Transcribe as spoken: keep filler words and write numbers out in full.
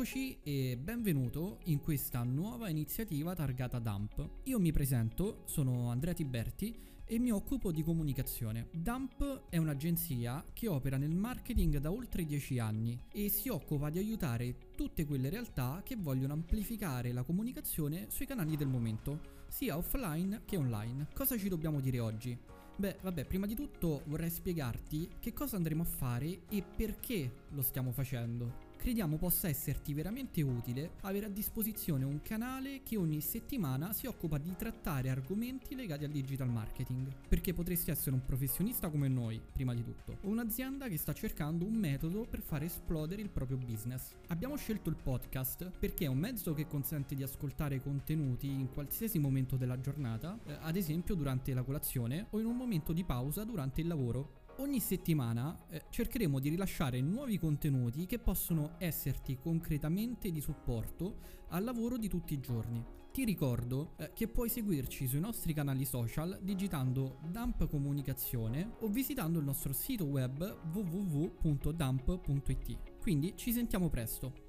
Eccoci e benvenuto in questa nuova iniziativa targata Dump. Io mi presento, sono Andrea Tiberti e mi occupo di comunicazione. Dump è un'agenzia che opera nel marketing da oltre dieci anni e si occupa di aiutare tutte quelle realtà che vogliono amplificare la comunicazione sui canali del momento, sia offline che online. Cosa ci dobbiamo dire oggi? Beh, vabbè, prima di tutto vorrei spiegarti che cosa andremo a fare e perché lo stiamo facendo. Crediamo possa esserti veramente utile avere a disposizione un canale che ogni settimana si occupa di trattare argomenti legati al digital marketing, perché potresti essere un professionista come noi, prima di tutto, o un'azienda che sta cercando un metodo per far esplodere il proprio business. Abbiamo scelto il podcast perché è un mezzo che consente di ascoltare contenuti in qualsiasi momento della giornata, eh, ad esempio durante la colazione o in un momento di pausa durante il lavoro. Ogni settimana eh, cercheremo di rilasciare nuovi contenuti che possono esserti concretamente di supporto al lavoro di tutti i giorni. Ti ricordo eh, che puoi seguirci sui nostri canali social digitando Dump Comunicazione o visitando il nostro sito web w w w punto dump punto i t. Quindi ci sentiamo presto.